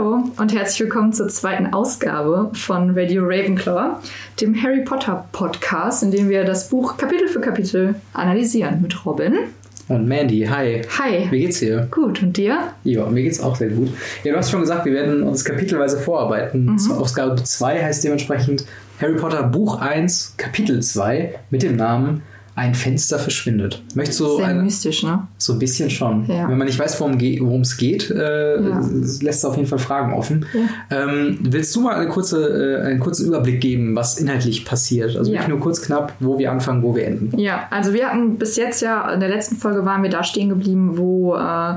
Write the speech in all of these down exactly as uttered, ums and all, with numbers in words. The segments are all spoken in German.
Hallo und herzlich willkommen zur zweiten Ausgabe von Radio Ravenclaw, dem Harry Potter Podcast, in dem wir das Buch Kapitel für Kapitel analysieren mit Robin. Und Mandy, hi. Hi. Wie geht's dir? Gut, und dir? Ja, mir geht's auch sehr gut. Ja, du hast schon gesagt, wir werden uns kapitelweise vorarbeiten. Mhm. Ausgabe zwei heißt dementsprechend Harry Potter Buch eins, Kapitel zwei mit dem Namen Ein Fenster verschwindet. Möchtest du sehr eine, mystisch, ne? So ein bisschen schon. Ja. Wenn man nicht weiß, worum es geht, äh, ja. lässt es auf jeden Fall Fragen offen. Ja. Ähm, willst du mal eine kurze, äh, einen kurzen Überblick geben, was inhaltlich passiert? Also ja. nur kurz knapp, wo wir anfangen, wo wir enden. Ja, also wir hatten bis jetzt ja, in der letzten Folge waren wir da stehen geblieben, wo äh,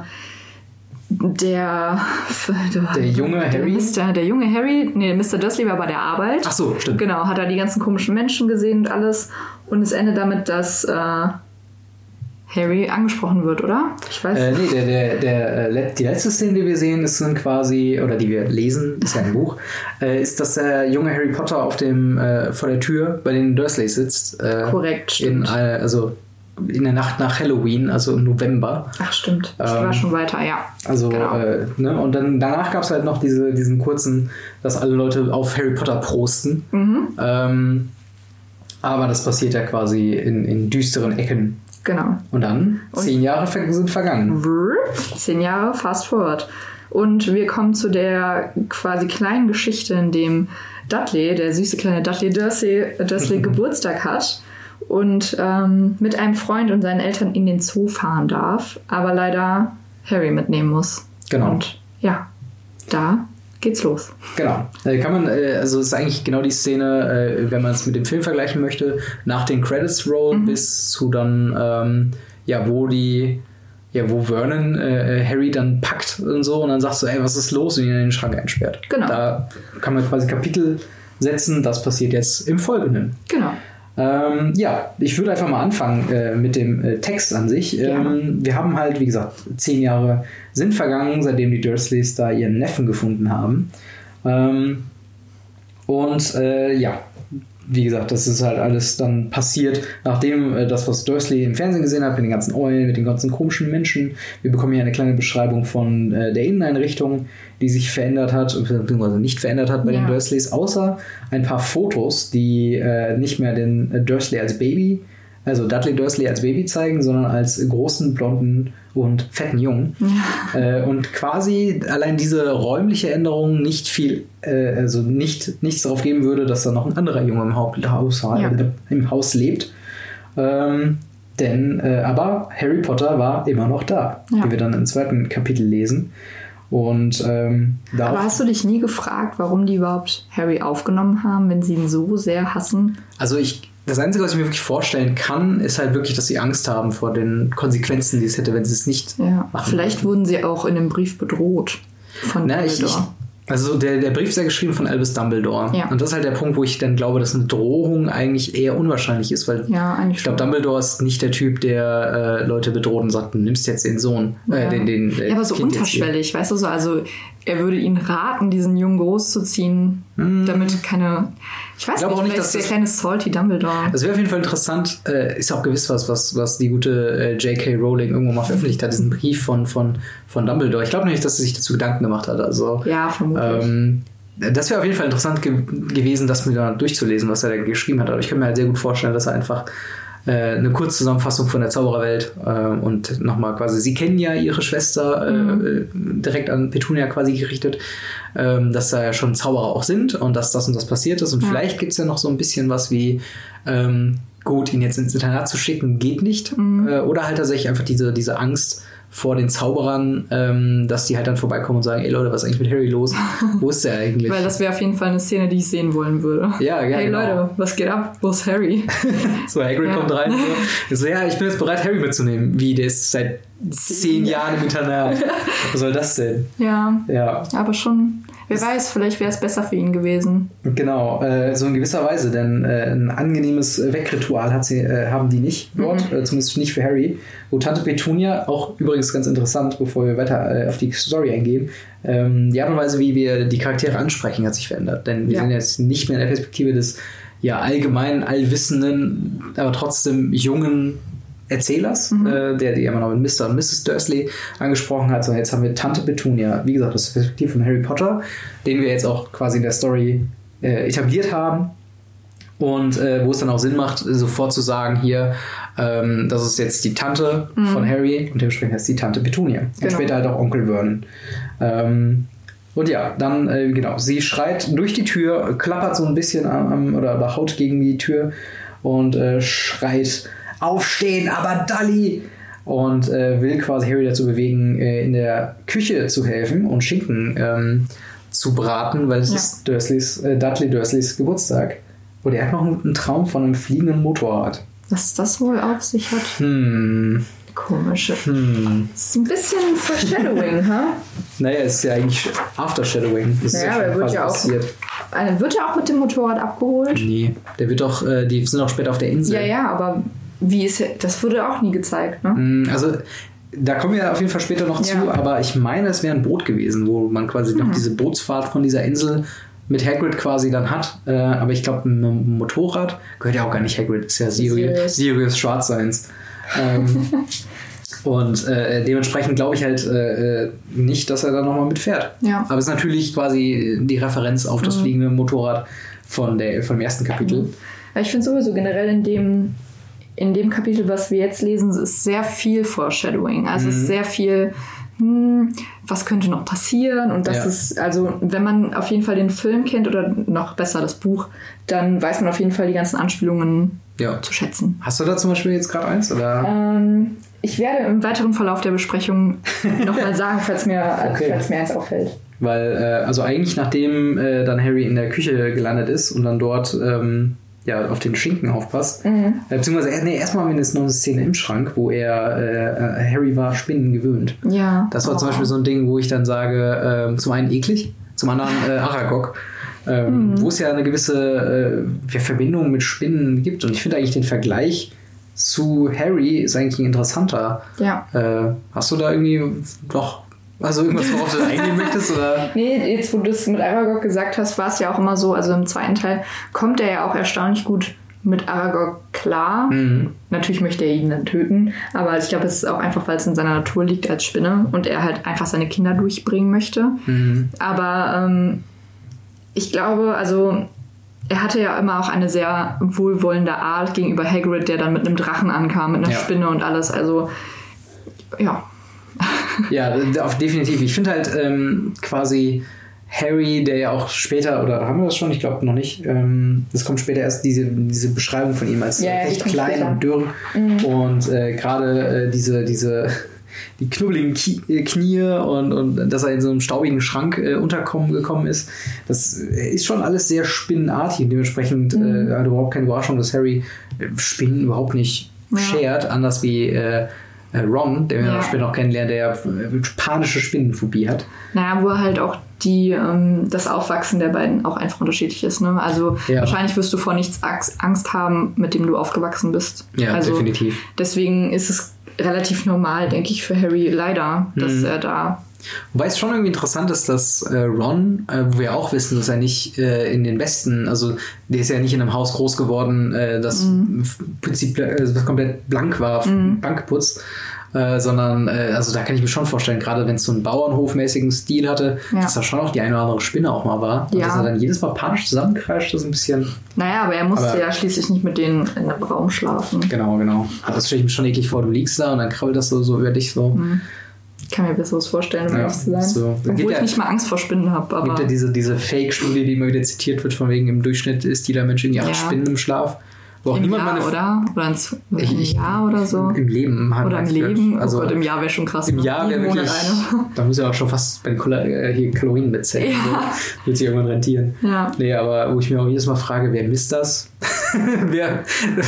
der, der der junge der Harry Mister, der junge Harry, nee, Mister Dursley war bei der Arbeit. Ach so, stimmt. Genau, hat er die ganzen komischen Menschen gesehen und alles. Und es endet damit, dass äh, Harry angesprochen wird, oder? Ich weiß äh, nee, der, der, der, der, die letzte Szene, die wir sehen, ist dann quasi, oder die wir lesen, ist ja ein Buch, äh, ist, dass der junge Harry Potter auf dem, äh, vor der Tür bei den Dursleys sitzt. Äh, Korrekt, stimmt. In, äh, also in der Nacht nach Halloween, also im November. Ach, stimmt. Ich ähm, war schon weiter, ja. Also, genau. äh, ne? Und dann danach gab es halt noch diese, diesen kurzen, dass alle Leute auf Harry Potter prosten. Mhm. Ähm, aber das passiert ja quasi in, in düsteren Ecken. Genau. Und dann, Und zehn Jahre sind vergangen. Zehn Jahre, fast forward. Und wir kommen zu der quasi kleinen Geschichte, in dem Dudley, der süße kleine Dudley Dursley, Dursley Geburtstag hat. Und ähm, mit einem Freund und seinen Eltern in den Zoo fahren darf, aber leider Harry mitnehmen muss. Genau. Und ja, da geht's los. Genau. Kann man, also es ist eigentlich genau die Szene, wenn man es mit dem Film vergleichen möchte, nach den Credits Roll mhm. bis zu dann, ähm, ja, wo die, ja, wo Vernon äh, Harry dann packt und so und dann sagst du, ey, was ist los? Und ihn in den Schrank einsperrt. Genau. Da kann man quasi Kapitel setzen, das passiert jetzt im Folgenden. Genau. Ähm, ja, ich würde einfach mal anfangen äh, mit dem äh, Text an sich. Ähm, wir haben halt, wie gesagt, zehn Jahre sind vergangen, seitdem die Dursleys da ihren Neffen gefunden haben. Ähm, und äh, ja, wie gesagt, das ist halt alles dann passiert, nachdem äh, das, was Dursley im Fernsehen gesehen hat, mit den ganzen Eulen, mit den ganzen komischen Menschen. Wir bekommen hier eine kleine Beschreibung von äh, der Inneneinrichtung, die sich verändert hat, beziehungsweise nicht verändert hat bei ja. den Dursleys, außer ein paar Fotos, die äh, nicht mehr den äh, Dursley als Baby, also Dudley Dursley als Baby zeigen, sondern als großen, blonden und fetten Jungen. Ja. Äh, und quasi allein diese räumliche Änderung nicht viel, äh, also nicht, nichts darauf geben würde, dass da noch ein anderer Junge im Haus, ja. äh, im Haus lebt. Ähm, denn, äh, aber Harry Potter war immer noch da, ja. wie wir dann im zweiten Kapitel lesen. Und, ähm, aber hast du dich nie gefragt, warum die überhaupt Harry aufgenommen haben, wenn sie ihn so sehr hassen? Also ich, das Einzige, was ich mir wirklich vorstellen kann, ist halt wirklich, dass sie Angst haben vor den Konsequenzen, die es hätte, wenn sie es nicht ja. machen. Vielleicht würden. Wurden sie auch in dem Brief bedroht von Na, ich, ich, Also der, der Brief ist ja geschrieben von Albus Dumbledore. Ja. Und das ist halt der Punkt, wo ich dann glaube, dass eine Drohung eigentlich eher unwahrscheinlich ist, weil ja, ich glaube, Dumbledore ist nicht der Typ, der äh, Leute bedroht und sagt, du nimmst jetzt den Sohn. Ja, äh, den, den, ja aber so kind unterschwellig, weißt du so, also er würde ihnen raten, diesen Jungen großzuziehen, hm. damit keine, ich weiß ich nicht, vielleicht ist der kleine salty Dumbledore. Das wäre auf jeden Fall interessant, äh, ist auch gewiss was, was, was die gute äh, J K Rowling irgendwo mal veröffentlicht hat, diesen Brief von, von, von Dumbledore. Ich glaube nicht, dass sie sich dazu Gedanken gemacht hat. Also, ja, vermutlich. Ähm, das wäre auf jeden Fall interessant ge- gewesen, das mir da durchzulesen, was er da geschrieben hat. Aber ich kann mir halt sehr gut vorstellen, dass er einfach äh, eine Kurzzusammenfassung von der Zaubererwelt äh, und nochmal quasi, sie kennen ja ihre Schwester, mhm. äh, direkt an Petunia quasi gerichtet, äh, dass da ja schon Zauberer auch sind und dass das und das passiert ist. Und ja. vielleicht gibt es ja noch so ein bisschen was wie, ähm, gut, ihn jetzt ins Internat zu schicken, geht nicht. Mhm. Äh, oder halt tatsächlich einfach diese, diese Angst vor den Zauberern, ähm, dass die halt dann vorbeikommen und sagen, ey Leute, was ist eigentlich mit Harry los? Wo ist der eigentlich? Weil das wäre auf jeden Fall eine Szene, die ich sehen wollen würde. Ja, ja, hey genau. Leute, was geht ab? Wo ist Harry? So, Hagrid ja. kommt rein. So. so, ja, ich bin jetzt bereit, Harry mitzunehmen. Wie, der ist seit zehn Jahren im Internat. Was soll das denn? Ja, ja. aber schon... Wer weiß, vielleicht wäre es besser für ihn gewesen. Genau, äh, so in gewisser Weise, denn äh, ein angenehmes Wegritual hat sie, äh, haben die nicht dort, mhm. äh, zumindest nicht für Harry. Wo Tante Petunia, auch übrigens ganz interessant, bevor wir weiter äh, auf die Story eingehen, ähm, die Art und Weise, wie wir die Charaktere ansprechen, hat sich verändert. Denn wir ja. sind jetzt nicht mehr in der Perspektive des ja allgemeinen, allwissenden, aber trotzdem jungen Erzählers, mhm. äh, der die immer noch mit Mister und Misses Dursley angesprochen hat. So, jetzt haben wir Tante Petunia, wie gesagt, das Perspektiv von Harry Potter, den wir jetzt auch quasi in der Story äh, etabliert haben. Und äh, wo es dann auch Sinn macht, sofort zu sagen, hier, ähm, das ist jetzt die Tante mhm. von Harry und dementsprechend heißt die Tante Petunia. Genau. Und später halt auch Onkel Vernon. Ähm, und ja, dann, äh, genau, sie schreit durch die Tür, klappert so ein bisschen am, oder, oder haut gegen die Tür und äh, schreit, aufstehen, aber Dully! Und äh, will quasi Harry dazu bewegen, äh, in der Küche zu helfen und Schinken ähm, zu braten, weil es ja. ist Dursleys, äh, Dudley Dursleys Geburtstag. Und er hat noch einen Traum von einem fliegenden Motorrad. Was das wohl auf sich hat? Hm. Komisch. Hm. Das ist ein bisschen Foreshadowing, ha? Naja, es ist ja eigentlich Aftershadowing. Das naja, ist ja aber schon wird ja auch, passiert. Äh, wird er auch mit dem Motorrad abgeholt? Nee, der wird doch, äh, die sind auch später auf der Insel. Ja, ja, aber wie ist das wurde auch nie gezeigt, ne? Also, da kommen wir auf jeden Fall später noch ja. zu, aber ich meine, es wäre ein Boot gewesen, wo man quasi hm. noch diese Bootsfahrt von dieser Insel mit Hagrid quasi dann hat. Äh, aber ich glaube, ein Motorrad gehört ja auch gar nicht Hagrid, ist ja Sirius, Sirius Schwarzseins. ähm, und äh, dementsprechend glaube ich halt äh, nicht, dass er da nochmal mitfährt. Ja. Aber es ist natürlich quasi die Referenz auf das mhm. fliegende Motorrad von der, vom ersten Kapitel. Mhm. Ja, ich finde sowieso generell in dem, in dem Kapitel, was wir jetzt lesen, ist sehr viel Foreshadowing. Also mhm. es ist sehr viel hm, was könnte noch passieren? Und das ja. ist, also wenn man auf jeden Fall den Film kennt oder noch besser das Buch, dann weiß man auf jeden Fall die ganzen Anspielungen ja. zu schätzen. Hast du da zum Beispiel jetzt gerade eins? Oder? Ähm, ich werde im weiteren Verlauf der Besprechung nochmal sagen, falls mir, okay. falls mir eins auffällt. Weil, äh, also eigentlich nachdem äh, dann Harry in der Küche gelandet ist und dann dort ähm, ja, auf den Schinken aufpasst. Mhm. Äh, beziehungsweise, nee, erstmal haben wir jetzt noch eine Szene im Schrank, wo er, äh, Harry war Spinnen gewöhnt. Ja. Das war oh. zum Beispiel so ein Ding, wo ich dann sage, äh, zum einen eklig, zum anderen äh, Aragog, ähm, mhm. wo es ja eine gewisse äh, Verbindung mit Spinnen gibt. Und ich finde eigentlich den Vergleich zu Harry ist eigentlich ein interessanter. Ja. Äh, hast du da irgendwie noch Also irgendwas, worauf du eingehen möchtest? Oder? Nee, jetzt wo du es mit Aragog gesagt hast, war es ja auch immer so, also im zweiten Teil kommt er ja auch erstaunlich gut mit Aragog klar. Mhm. Natürlich möchte er ihn dann töten, aber ich glaube, es ist auch einfach, weil es in seiner Natur liegt als Spinne und er halt einfach seine Kinder durchbringen möchte. Mhm. Aber ähm, ich glaube, also er hatte ja immer auch eine sehr wohlwollende Art gegenüber Hagrid, der dann mit einem Drachen ankam, mit einer ja. Spinne und alles. Also, ja. Ja, auf, definitiv. Ich finde halt ähm, quasi Harry, der ja auch später, oder haben wir das schon? Ich glaube noch nicht. Ähm, das kommt später erst, diese, diese Beschreibung von ihm als ja, recht klein später. Und dürr. Mhm. Und äh, gerade äh, diese, diese die knubbeligen Knie und, und dass er in so einem staubigen Schrank äh, unterkommen gekommen ist, das ist schon alles sehr spinnenartig und dementsprechend mhm. äh, also überhaupt keine Überraschung, dass Harry äh, Spinnen überhaupt nicht ja. schert, anders wie äh, Ron, den wir ja. später noch kennenlernen, der äh, panische Spinnenphobie hat. Naja, wo halt auch die, ähm, das Aufwachsen der beiden auch einfach unterschiedlich ist. Ne? Also ja. wahrscheinlich wirst du vor nichts Angst haben, mit dem du aufgewachsen bist. Ja, also definitiv. Deswegen ist es relativ normal, denke ich, für Harry leider, dass mhm. er da... Wobei es schon irgendwie interessant ist, dass äh, Ron, äh, wo wir auch wissen, dass er nicht äh, in den Westen, also der ist ja nicht in einem Haus groß geworden, äh, das mhm. im Prinzip äh, das komplett blank war, mhm. blank geputzt, äh, sondern, äh, also da kann ich mir schon vorstellen, gerade wenn es so einen Bauernhofmäßigen Stil hatte, ja. dass da schon auch die eine oder andere Spinne auch mal war. Und ja. dass er dann jedes Mal panisch zusammenkreischt, das ist ein bisschen... Naja, aber er musste aber, ja schließlich nicht mit denen in einem Raum schlafen. Genau, genau. Das stelle ich mir schon eklig vor, du liegst da und dann krabbelt das so, so über dich so. Mhm. Ich kann mir Besseres vorstellen, um ja, ehrlich zu sein. So. Obwohl ich ja, nicht mal Angst vor Spinnen habe. Es gibt ja diese, diese Fake-Studie, die immer wieder zitiert wird, von wegen im Durchschnitt ist jeder Mensch irgendwie acht ja. Spinnen im Schlaf. Wo auch Im niemand Jahr, meine oder? Oder im ich, Jahr oder so? Im Leben. Oder im Leben? Also, oh Gott, im Jahr wäre schon krass. Im Jahr wäre wirklich... Da muss ja auch schon fast bei den Kal- äh, hier Kalorien mitzählen. Ja. So. Wird sich irgendwann rentieren. Ja. Nee, aber wo ich mir auch jedes Mal frage, wer misst das? wer?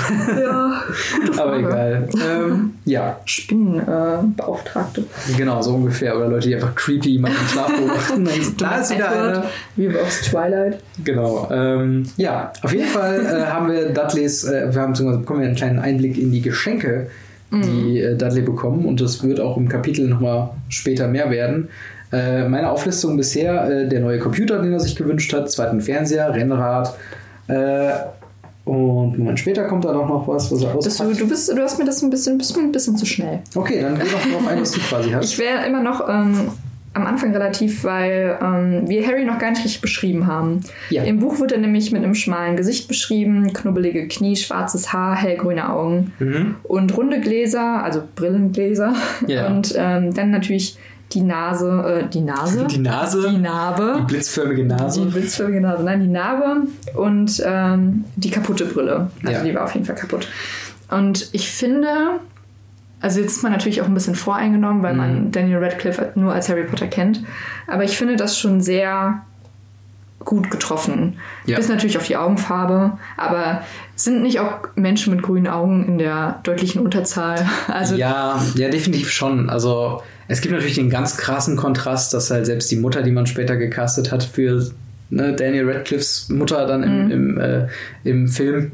Ja, aber egal. Ähm, ja. Spinnenbeauftragte. Äh, genau, so ungefähr. Oder Leute, die einfach creepy jemanden im Schlaf beobachten. Da ist wieder eine. Wie aus Twilight. Genau. Ähm, ja, auf jeden Fall äh, haben wir Dudleys, äh, wir haben beziehungsweise bekommen wir einen kleinen Einblick in die Geschenke, mhm. die äh, Dudley bekommen. Und das wird auch im Kapitel nochmal später mehr werden. Äh, meine Auflistung bisher, äh, der neue Computer, den er sich gewünscht hat, zweiten Fernseher, Rennrad, äh, Und Moment später kommt dann auch noch was, was er auspackt. Du, du, bist, du hast mir das ein bisschen, bist mir ein bisschen zu schnell. Okay, dann geh doch drauf ein, was du quasi hast. Ich wäre immer noch ähm, am Anfang relativ, weil ähm, wir Harry noch gar nicht richtig beschrieben haben. Ja. Im Buch wird er nämlich mit einem schmalen Gesicht beschrieben, knubbelige Knie, schwarzes Haar, hellgrüne Augen mhm. und runde Gläser, also Brillengläser. Ja. Und ähm, dann natürlich die Nase, äh, die Nase? Die Nase? Die Narbe. Die blitzförmige Nase. Die blitzförmige Nase, nein, die Narbe und ähm, die kaputte Brille. Also ja. die war auf jeden Fall kaputt. Und ich finde, also jetzt ist man natürlich auch ein bisschen voreingenommen, weil mhm. man Daniel Radcliffe nur als Harry Potter kennt. Aber ich finde das schon sehr gut getroffen. Ja. Bis natürlich auf die Augenfarbe. Aber sind nicht auch Menschen mit grünen Augen in der deutlichen Unterzahl? Also ja, ja, definitiv schon. Also es gibt natürlich den ganz krassen Kontrast, dass halt selbst die Mutter, die man später gecastet hat für ne, Daniel Radcliffes Mutter dann im, mhm. im, äh, im Film,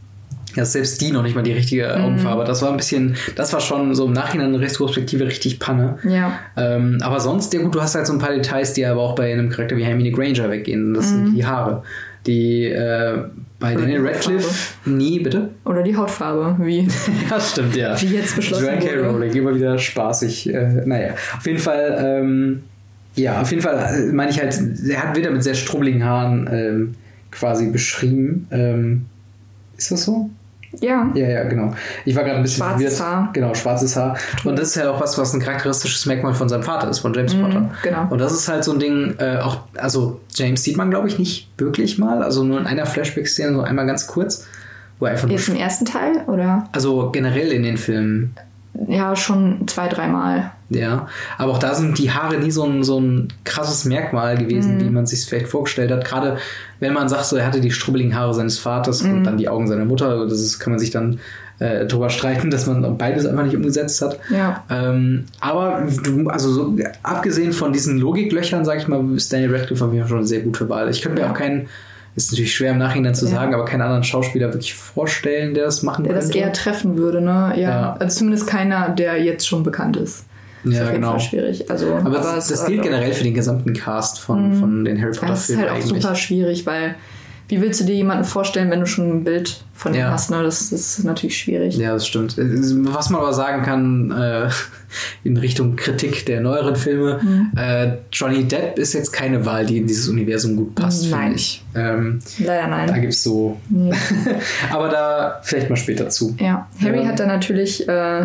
dass selbst die noch nicht mal die richtige mhm. Augenfarbe. Das war ein bisschen, das war schon so im Nachhinein eine Retrospektive richtig Panne. Ja. Ähm, aber sonst, ja gut, du hast halt so ein paar Details, die aber auch bei einem Charakter wie Hermine Granger weggehen. Das mhm. sind die Haare. Die äh, bei Oder Daniel Radcliffe nie, bitte? Oder die Hautfarbe, wie ja, stimmt, ja. Wie jetzt beschlossen Joanne K. Rowling, immer wieder spaßig. Äh, naja, auf jeden Fall, ähm, ja, auf jeden Fall äh, meine ich halt, er hat wieder mit sehr strubbeligen Haaren ähm, quasi beschrieben. Ähm, ist das so? Ja. Ja, ja, genau. Ich war gerade ein bisschen schwarzes verwirrt. Haar. Genau, schwarzes Haar. Und das ist halt auch was, was ein charakteristisches Merkmal von seinem Vater ist, von James mhm, Potter. Genau. Und das ist halt so ein Ding, äh, auch, also James sieht man, glaube ich, nicht wirklich mal. Also nur in einer Flashback-Szene, so einmal ganz kurz. Wo er einfach Jetzt im ersten Teil, oder? Also generell in den Filmen. Ja, schon zwei, dreimal. Ja, aber auch da sind die Haare nie so ein, so ein krasses Merkmal gewesen, mm. wie man sich vielleicht vorgestellt hat. Gerade wenn man sagt, so er hatte die strubbeligen Haare seines Vaters mm. und dann die Augen seiner Mutter. Das ist, kann man sich dann äh, drüber streiten, dass man beides einfach nicht umgesetzt hat. Ja. Ähm, aber du, also so, abgesehen von diesen Logiklöchern, sag ich mal, ist Daniel Radcliffe auf jeden Fall schon eine sehr gute Wahl. Ich könnte mir ja. auch keinen, ist natürlich schwer im Nachhinein zu ja. sagen, aber keinen anderen Schauspieler wirklich vorstellen, der das machen der könnte. Der das eher treffen würde, ne? Ja. ja. Also zumindest keiner, der jetzt schon bekannt ist. Das ja, ist auf jeden genau. Fall schwierig. Also, aber, aber das, es, das gilt generell für den gesamten Cast von, mhm. von den Harry Potter-Filmen. Das ist halt auch eigentlich. super schwierig, weil wie willst du dir jemanden vorstellen, wenn du schon ein Bild von ja. ihm hast? Ne? Das, das ist natürlich schwierig. Ja, das stimmt. Was man aber sagen kann, äh, in Richtung Kritik der neueren Filme, mhm. äh, Johnny Depp ist jetzt keine Wahl, die in dieses Universum gut passt, finde ich. Ähm, Leider nein. Da gibt es so... Nee. Aber da vielleicht mal später zu. Ja, Harry ähm, hat da natürlich... Äh,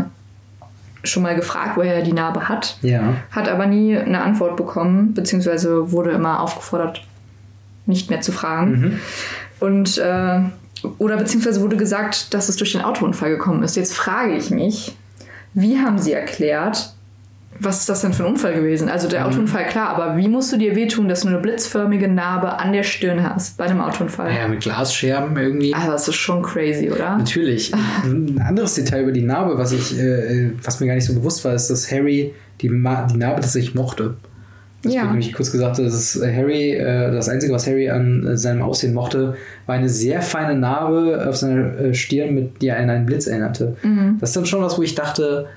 schon mal gefragt, wo er die Narbe hat. Ja. Hat aber nie eine Antwort bekommen, beziehungsweise wurde immer aufgefordert, nicht mehr zu fragen. Mhm. Und äh, oder beziehungsweise wurde gesagt, dass es durch den Autounfall gekommen ist. Jetzt frage ich mich, wie haben sie erklärt, was ist das denn für ein Unfall gewesen? Also der mhm. Autounfall, klar, aber wie musst du dir wehtun, dass du eine blitzförmige Narbe an der Stirn hast bei einem Autounfall? Ja, mit Glasscherben irgendwie. Also das ist schon crazy, oder? Natürlich. Ein anderes Detail über die Narbe, was ich, äh, was mir gar nicht so bewusst war, ist, dass Harry die, Ma- die Narbe tatsächlich mochte. Das ja. wird nämlich kurz gesagt, dass es Harry, äh, das Einzige, was Harry an äh, seinem Aussehen mochte, war eine sehr feine Narbe auf seiner äh, Stirn, mit die er an einen Blitz erinnerte. Mhm. Das ist dann schon was, wo ich dachte,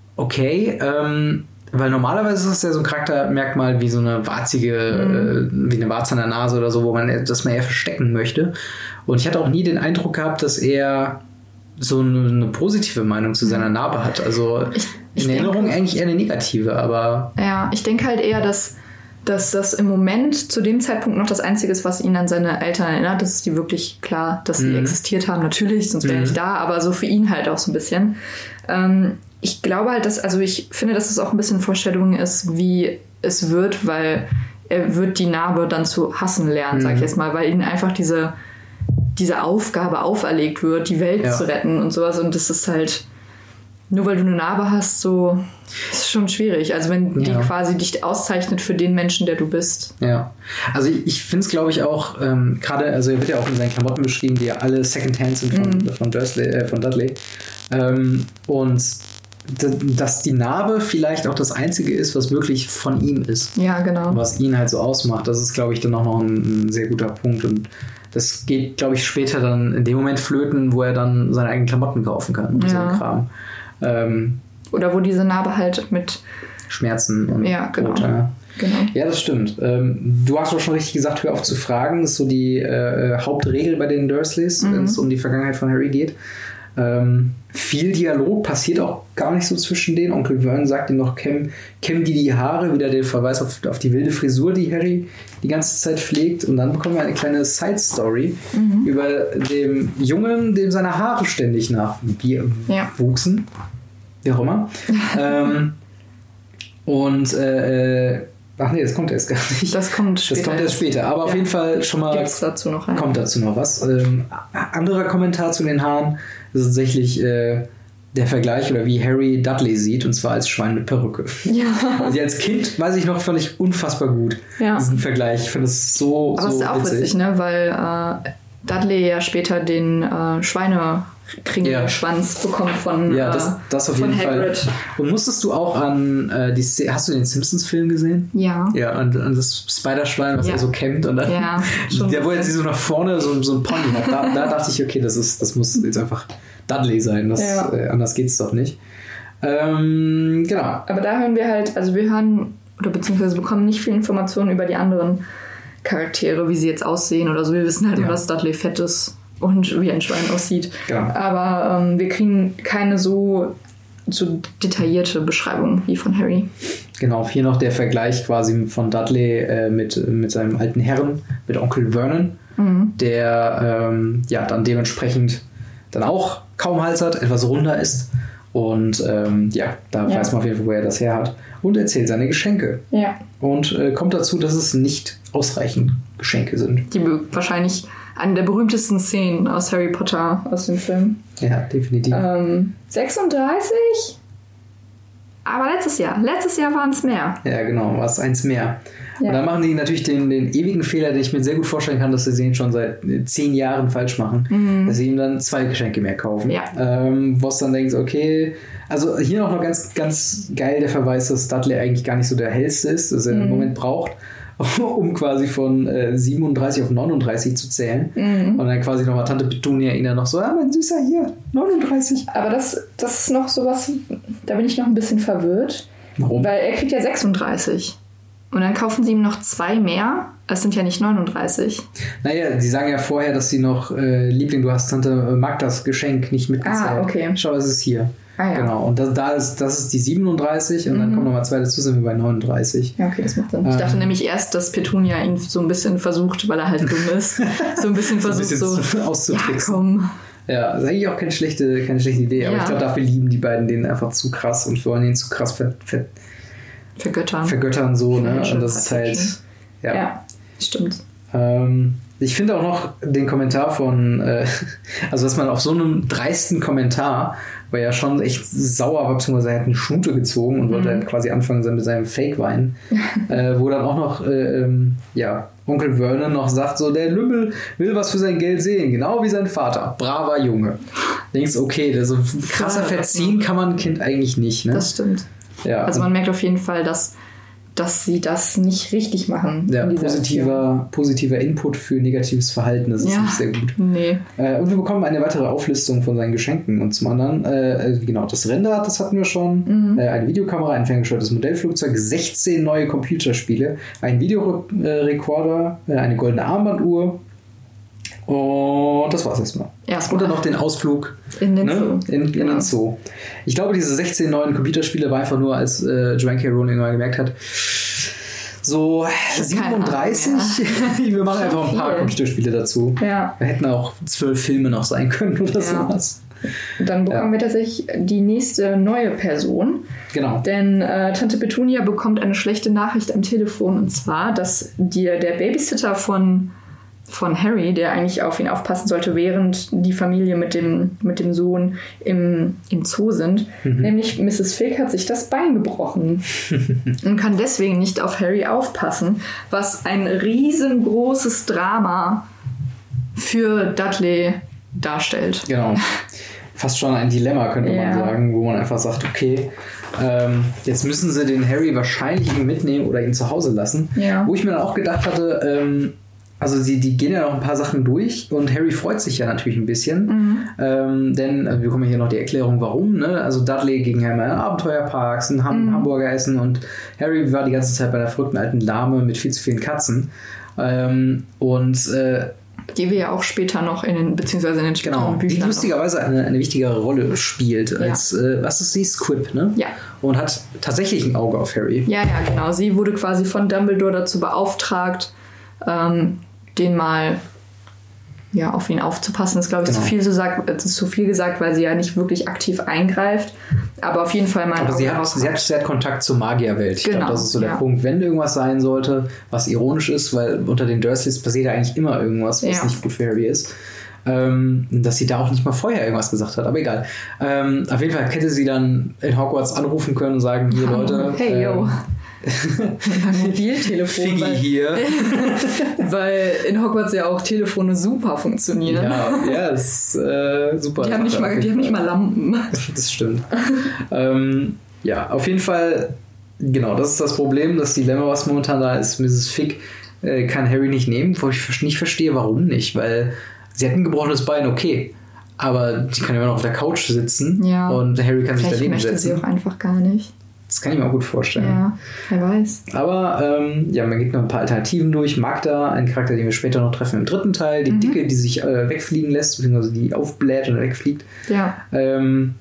okay, ähm, weil normalerweise ist das ja so ein Charaktermerkmal wie so eine warzige, mhm. äh, wie eine Warze an der Nase oder so, wo man das man eher verstecken möchte. Und ich hatte auch nie den Eindruck gehabt, dass er so eine, eine positive Meinung zu seiner Narbe hat. Also ich, ich in Erinnerung denke, eigentlich eher eine negative, aber... Ja, ich denke halt eher, dass, dass das im Moment zu dem Zeitpunkt noch das Einzige ist, was ihn an seine Eltern erinnert. Das ist die wirklich klar, dass sie mhm. existiert haben. Natürlich, sonst wäre er mhm. nicht da, aber so für ihn halt auch so ein bisschen. Ähm, ich glaube halt, dass, also ich finde, dass es auch ein bisschen Vorstellung ist, wie es wird, weil er wird die Narbe dann zu hassen lernen, mhm. sag ich jetzt mal, weil ihnen einfach diese, diese Aufgabe auferlegt wird, die Welt ja. zu retten und sowas. Und das ist halt, nur weil du eine Narbe hast, so, ist schon schwierig. Also wenn ja. die quasi dich auszeichnet für den Menschen, der du bist. Ja, also ich, ich finde es, glaube ich, auch, ähm, gerade, also er wird ja auch in seinen Klamotten beschrieben, die ja alle Secondhand sind von, mhm. von, Dursley, äh, von Dudley. Ähm, und dass die Narbe vielleicht auch das Einzige ist, was wirklich von ihm ist. Ja, genau. Was ihn halt so ausmacht. Das ist, glaube ich, dann auch noch ein, ein sehr guter Punkt. Und das geht, glaube ich, später dann in dem Moment flöten, wo er dann seine eigenen Klamotten kaufen kann. Und ja. so ein Kram. Ähm, Oder wo diese Narbe halt mit Schmerzen und ja, genau. Rot, ja. Genau. Ja, das stimmt. Ähm, du hast doch schon richtig gesagt, hör auf zu fragen. Das ist so die äh, Hauptregel bei den Dursleys, mhm. wenn es um die Vergangenheit von Harry geht. Ähm, viel Dialog passiert auch gar nicht so zwischen denen. Onkel Vernon sagt ihm noch, kämm, kämm die die Haare, wieder der Verweis auf, auf die wilde Frisur, die Harry die ganze Zeit pflegt. Und dann bekommen wir eine kleine Side-Story mhm. über den Jungen, dem seine Haare ständig nachwuchsen. Ja. Wie auch immer. ähm, und äh, ach nee, das kommt erst gar nicht. Das kommt später. Das kommt erst später. Aber ja. auf jeden Fall schon mal Gibt's dazu noch einen. Kommt dazu noch was. Ähm, anderer Kommentar zu den Haaren ist tatsächlich äh, der Vergleich oder wie Harry Dudley sieht, und zwar als Schwein mit Perücke. Ja. Also als Kind, weiß ich noch, fand ich unfassbar gut, ja. diesen Vergleich. Ich finde das so Aber es so ist auch witzig, ne? Weil äh, Dudley ja später den äh, Schweine Kringelschwanz ja. bekommt von Ja, das, das auf jeden Hagrid. Fall. Und musstest du auch an äh, die Szene, hast du den Simpsons-Film gesehen? Ja. Ja, an, an das Spider-Schwein, was ja. er so kämmt und dann, ja, der, wo jetzt sie so nach vorne so, so ein Pony hat. Da, da dachte ich, okay, das ist, das muss jetzt einfach Dudley sein. Das, ja. äh, anders geht's doch nicht. Ähm, genau. Aber da hören wir halt, also wir hören, oder beziehungsweise bekommen nicht viel Informationen über die anderen Charaktere, wie sie jetzt aussehen oder so. Wir wissen halt ja. nur, dass Dudley fett ist und wie ein Schwein aussieht. Ja. Aber ähm, wir kriegen keine so, so detaillierte Beschreibung wie von Harry. Genau, hier noch der Vergleich quasi von Dudley äh, mit, mit seinem alten Herren, mit Onkel Vernon, mhm. der ähm, ja dann dementsprechend dann auch kaum Hals hat, etwas runder ist. Und ähm, ja, da ja. weiß man auf jeden Fall, wo er das her hat. Und erzählt seine Geschenke. Ja. Und äh, kommt dazu, dass es nicht ausreichend Geschenke sind. Die wahrscheinlich eine der berühmtesten Szenen aus Harry Potter, aus dem Film. Ja, definitiv. Ähm, sechsunddreißig? Aber letztes Jahr. Letztes Jahr waren es mehr. Ja, genau, war es eins mehr. Ja. Und dann machen die natürlich den, den ewigen Fehler, den ich mir sehr gut vorstellen kann, dass sie den schon seit zehn Jahren falsch machen, mhm. dass sie ihm dann zwei Geschenke mehr kaufen. Ja. Ähm, wo es dann denkt, okay, also hier noch, noch ganz, ganz geil der Verweis, dass Dudley eigentlich gar nicht so der hellste ist, dass er mhm. im Moment braucht, um quasi von äh, siebenunddreißig auf neununddreißig zu zählen. Mhm. Und dann quasi nochmal Tante Petunia ihn dann noch so, ah, mein Süßer, hier, neununddreißig. Aber das, das ist noch sowas, da bin ich noch ein bisschen verwirrt. Warum? Weil er kriegt ja sechsunddreißig. Und dann kaufen sie ihm noch zwei mehr. Es sind ja nicht neununddreißig. Naja, sie sagen ja vorher, dass sie noch, äh, Liebling, du hast Tante Magdas Geschenk nicht mitgezählt. Ah, okay. Schau, es ist hier. Ah, ja. Genau, und das, da ist, das ist die siebenunddreißig und mhm. dann kommen nochmal zwei dazu, sind wir bei neununddreißig. Ja, okay, das macht Sinn. Ähm, ich dachte nämlich erst, dass Petunia ihn so ein bisschen versucht, weil er halt dumm ist, so ein bisschen versucht, so, ein bisschen so auszutricksen. Ja, komm. Ja, das ist eigentlich auch keine schlechte, keine schlechte Idee, aber ja. ich glaube, dafür lieben die beiden den einfach zu krass und wollen ihn zu krass ver, ver, vergöttern. Vergöttern, so, ne? Und das ist halt, ja. Ja, stimmt. Ähm, ich finde auch noch den Kommentar von, äh, also dass man auf so einem dreisten Kommentar, weil er schon echt sauer war, beziehungsweise er hat eine Schnute gezogen und mhm. wollte halt quasi anfangen mit seinem Fake-Wein, äh, wo dann auch noch, äh, ähm, ja, Onkel Vernon noch sagt, so, der Lümmel will was für sein Geld sehen, genau wie sein Vater. Braver Junge. Denkst, okay, das so krasser verziehen kann man ein Kind eigentlich nicht, ne? Das stimmt. Ja. Also man merkt auf jeden Fall, dass dass sie das nicht richtig machen. Ja, positiver, positiver Input für negatives Verhalten, das ist ja, nicht sehr gut. Nee. Äh, und wir bekommen eine weitere Auflistung von seinen Geschenken. Und zum anderen, äh, genau, das Rennrad, das hatten wir schon, mhm. äh, eine Videokamera, ein ferngesteuertes Modellflugzeug, sechzehn neue Computerspiele, ein Videorekorder, äh, eine goldene Armbanduhr. Und das war's erstmal. Erstmal. Und dann noch den Ausflug in den, ne? Zoo. In, in genau. den Zoo. Ich glaube, diese sechzehn neuen Computerspiele war einfach nur, als äh, Joanne K. Rowling mal gemerkt hat, so siebenunddreißig, wir machen einfach ein paar Computerspiele dazu. Ja. Wir hätten auch zwölf Filme noch sein können oder ja. sowas. Dann bekommen ja. wir tatsächlich die nächste neue Person. Genau. Denn äh, Tante Petunia bekommt eine schlechte Nachricht am Telefon. Und zwar, dass dir der Babysitter von von Harry, der eigentlich auf ihn aufpassen sollte, während die Familie mit dem, mit dem Sohn im, im Zoo sind. Mhm. Nämlich Misses Fig hat sich das Bein gebrochen und kann deswegen nicht auf Harry aufpassen, was ein riesengroßes Drama für Dudley darstellt. Genau. Fast schon ein Dilemma, könnte ja. man sagen, wo man einfach sagt, okay, ähm, jetzt müssen sie den Harry wahrscheinlich mitnehmen oder ihn zu Hause lassen. Ja. Wo ich mir dann auch gedacht hatte, ähm, also sie, die gehen ja noch ein paar Sachen durch und Harry freut sich ja natürlich ein bisschen, mhm. ähm, denn also wir bekommen hier noch die Erklärung, warum, ne? Also Dudley ging ja immer in Abenteuerparks, in Ham- mhm. Hamburger essen und Harry war die ganze Zeit bei einer verrückten alten Dame mit viel zu vielen Katzen ähm, und äh, die wir ja auch später noch in den, beziehungsweise in den genau, Büchern die lustigerweise eine, eine wichtigere Rolle spielt als, ja. äh, was ist sie? Squib, ne? Ja. Und hat tatsächlich ein Auge auf Harry. Ja, ja, genau. Sie wurde quasi von Dumbledore dazu beauftragt, ähm, den mal ja, auf ihn aufzupassen. Das ist, glaube ich, genau. zu viel so sagt, das ist zu viel gesagt, weil sie ja nicht wirklich aktiv eingreift. Aber auf jeden Fall mal. Aber sie hat, sie, hat, sie hat Kontakt zur Magierwelt. Ich genau, glaube, das ist so der ja. Punkt, wenn irgendwas sein sollte, was ironisch ist, weil unter den Dursleys passiert ja eigentlich immer irgendwas, was ja. nicht gut für Harry ist. Ähm, dass sie da auch nicht mal vorher irgendwas gesagt hat, aber egal. Ähm, auf jeden Fall hätte sie dann in Hogwarts anrufen können und sagen, hier Leute, hey, yo. Ähm, ein Mobiltelefon, weil, hier. weil in Hogwarts ja auch Telefone super funktionieren. Ja, ja, das ist äh, super. Die haben, nicht mal, die haben nicht mal Lampen. Das stimmt. ähm, ja, auf jeden Fall, genau, das ist das Problem, das Dilemma, was momentan da ist. Misses Fick äh, kann Harry nicht nehmen, wo ich nicht verstehe, warum nicht, weil sie hat ein gebrochenes Bein, okay. Aber sie kann immer noch auf der Couch sitzen ja. und Harry kann sich daneben möchte setzen. Sie auch einfach gar nicht. Das kann ich mir auch gut vorstellen. Ja, wer weiß. Aber ähm, ja, man geht noch ein paar Alternativen durch. Magda, ein Charakter, den wir später noch treffen im dritten Teil. Die mhm. Dicke, die sich äh, wegfliegen lässt, beziehungsweise die aufbläht und wegfliegt. Ja. Ähm,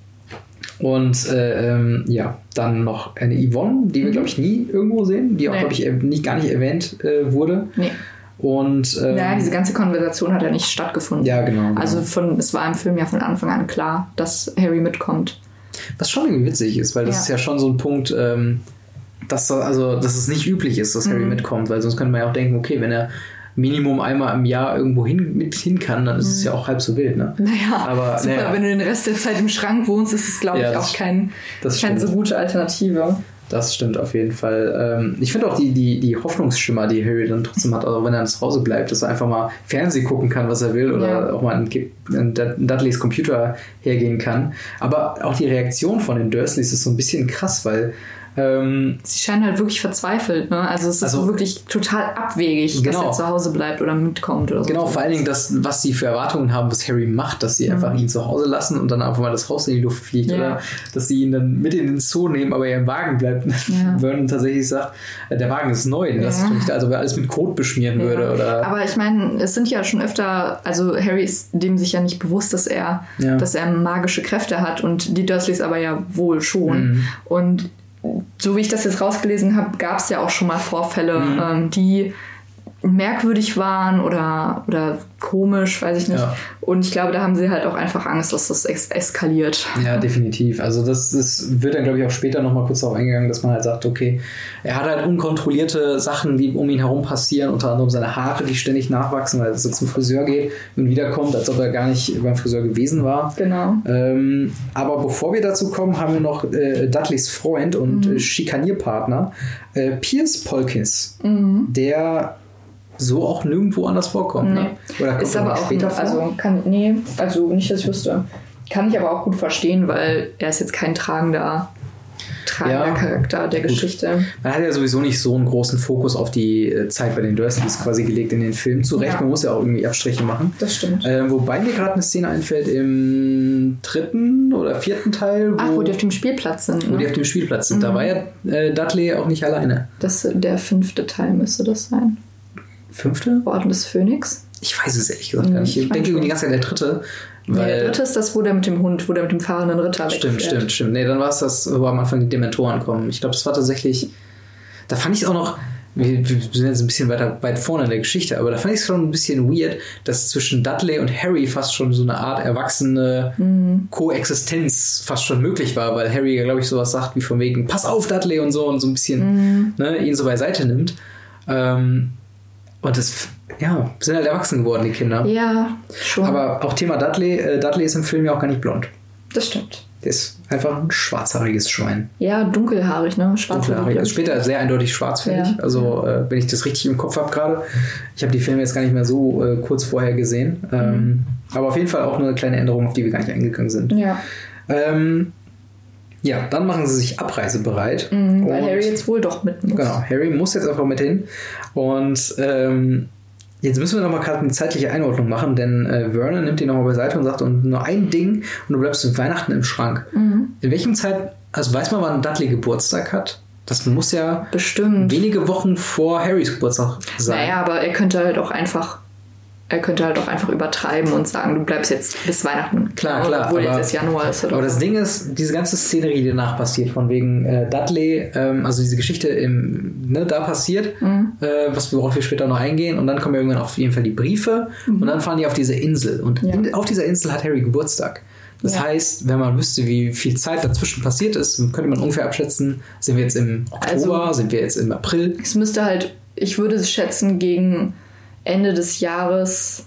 und äh, ähm, ja, dann noch eine Yvonne, die wir, mhm. glaube ich, nie irgendwo sehen. Die auch, nee. glaube ich, nicht, gar nicht erwähnt äh, wurde. Nee. Und, ähm, ja, diese ganze Konversation hat ja nicht stattgefunden. Ja, genau. genau. Also von, es war im Film ja von Anfang an klar, dass Harry mitkommt. Was schon irgendwie witzig ist, weil das ja. ist ja schon so ein Punkt, ähm, dass, also, dass es nicht üblich ist, dass mhm. Harry mitkommt, weil sonst könnte man ja auch denken, okay, wenn er Minimum einmal im Jahr irgendwo hin, mit hin kann, dann ist mhm. es ja auch halb so wild, ne? Naja, aber super, naja. wenn du den Rest der Zeit im Schrank wohnst, ist es, glaube ja, ich, auch kein, keine so gute Alternative. Das stimmt auf jeden Fall. Ähm, ich finde auch die, die, die Hoffnungsschimmer, die Harry dann trotzdem hat, also wenn er zu Hause bleibt, dass er einfach mal Fernsehen gucken kann, was er will, oder ja. auch mal in, in Dudleys Computer hergehen kann. Aber auch die Reaktion von den Dursleys ist so ein bisschen krass, weil Ähm, Sie scheinen halt wirklich verzweifelt, ne? Also es ist also, so wirklich total abwegig, genau. dass er zu Hause bleibt oder mitkommt oder so. Genau, vor allen Dingen das, was sie für Erwartungen haben, was Harry macht, dass sie mhm. einfach ihn zu Hause lassen und dann einfach mal das Haus in die Luft fliegt, ja. oder dass sie ihn dann mit in den Zoo nehmen, aber er im Wagen bleibt. Ja. Vernon tatsächlich sagt, der Wagen ist neu, ja. das ist nicht, also wer alles mit Kot beschmieren ja. würde. Oder aber ich meine, es sind ja schon öfter, also Harry ist dem sich ja nicht bewusst, dass er, ja. dass er magische Kräfte hat und die Dursleys aber ja wohl schon. Mhm. Und so wie ich das jetzt rausgelesen habe, gab es ja auch schon mal Vorfälle, mhm. ähm, die merkwürdig waren oder, oder komisch, weiß ich nicht. Ja. Und ich glaube, da haben sie halt auch einfach Angst, dass das es- eskaliert. Ja, definitiv. Also das, das wird dann, glaube ich, auch später nochmal kurz darauf eingegangen, dass man halt sagt, okay, er hat halt unkontrollierte Sachen, die um ihn herum passieren, unter anderem seine Haare, die ständig nachwachsen, weil er so zum Friseur geht und wiederkommt, als ob er gar nicht beim Friseur gewesen war. Genau. Ähm, aber bevor wir dazu kommen, haben wir noch äh, Dudleys Freund und mhm. äh, Schikanierpartner äh, Piers Polkiss, mhm. der so auch nirgendwo anders vorkommt. Nee. Ne? Oder kommt ist aber auch später noch, also kann, nee, also nicht, dass ich wüsste. Kann ich aber auch gut verstehen, weil er ist jetzt kein tragender, tragender ja, Charakter der gut. Geschichte. Man hat ja sowieso nicht so einen großen Fokus auf die Zeit bei den Dursleys quasi gelegt in den Film. Zu Recht, ja. man muss ja auch irgendwie Abstriche machen. Das stimmt. Äh, wobei mir gerade eine Szene einfällt im dritten oder vierten Teil. Wo, Ach, wo die auf dem Spielplatz sind. Wo ne? die auf dem Spielplatz sind. Mhm. Da war ja äh, Dudley auch nicht alleine. Das, der fünfte Teil müsste das sein. Fünfte? Orden des Phönix? Ich weiß es ehrlich gesagt gar nicht. Ich, ich denke irgendwie die ganze Zeit der dritte. Weil nee, der dritte ist das, wo der mit dem Hund, wo der mit dem fahrenden Ritter Stimmt, wegfährt. stimmt, stimmt. Nee, dann war es das, wo am Anfang die Dementoren kommen. Ich glaube, das war tatsächlich... Da fand ich es auch noch... Wir, wir sind jetzt ein bisschen weiter weit vorne in der Geschichte, aber da fand ich es schon ein bisschen weird, dass zwischen Dudley und Harry fast schon so eine Art erwachsene mhm. Koexistenz fast schon möglich war, weil Harry ja, glaube ich, sowas sagt wie von wegen, pass auf, Dudley und so, und so ein bisschen mhm. ne, ihn so beiseite nimmt. Ähm, und das... Ja, sind halt erwachsen geworden, die Kinder. Ja, schon. Aber auch Thema Dudley. Äh, Dudley ist im Film ja auch gar nicht blond. Das stimmt. Der ist einfach ein schwarzhaariges Schwein. Ja, dunkelhaarig, ne? Schwarzhaarig. Also später sehr eindeutig schwarz, finde ja. ich. Also, äh, wenn ich das richtig im Kopf habe gerade. Ich habe die Filme jetzt gar nicht mehr so äh, kurz vorher gesehen. Mhm. Ähm, aber auf jeden Fall auch eine kleine Änderung, auf die wir gar nicht eingegangen sind. Ja. Ähm, ja, dann machen sie sich abreisebereit. Mhm, weil Harry jetzt wohl doch mit muss. Genau, Harry muss jetzt einfach mit hin. Und ähm, Jetzt müssen wir nochmal gerade eine zeitliche Einordnung machen, denn äh, Vernon nimmt ihn nochmal beiseite und sagt, und nur ein Ding und du bleibst zu Weihnachten im Schrank. Mhm. In welchem Zeit, also weiß man, wann Dudley Geburtstag hat? Das muss ja bestimmt wenige Wochen vor Harrys Geburtstag sein. Naja, aber er könnte halt auch einfach Er könnte halt auch einfach übertreiben und sagen, du bleibst jetzt bis Weihnachten. Klar, klar. Obwohl aber, jetzt erst Januar ist. Oder aber das Ding ist, diese ganze Szenerie, die danach passiert, von wegen äh, Dudley, ähm, also diese Geschichte im, ne, da passiert, mhm. äh, was worauf wir später noch eingehen, und dann kommen ja irgendwann auf jeden Fall die Briefe mhm. und dann fahren die auf diese Insel. Und ja. in, auf dieser Insel hat Harry Geburtstag. Das ja. heißt, wenn man wüsste, wie viel Zeit dazwischen passiert ist, könnte man ungefähr abschätzen, sind wir jetzt im Oktober, also, sind wir jetzt im April? Es müsste halt, ich würde es schätzen, gegen Ende des Jahres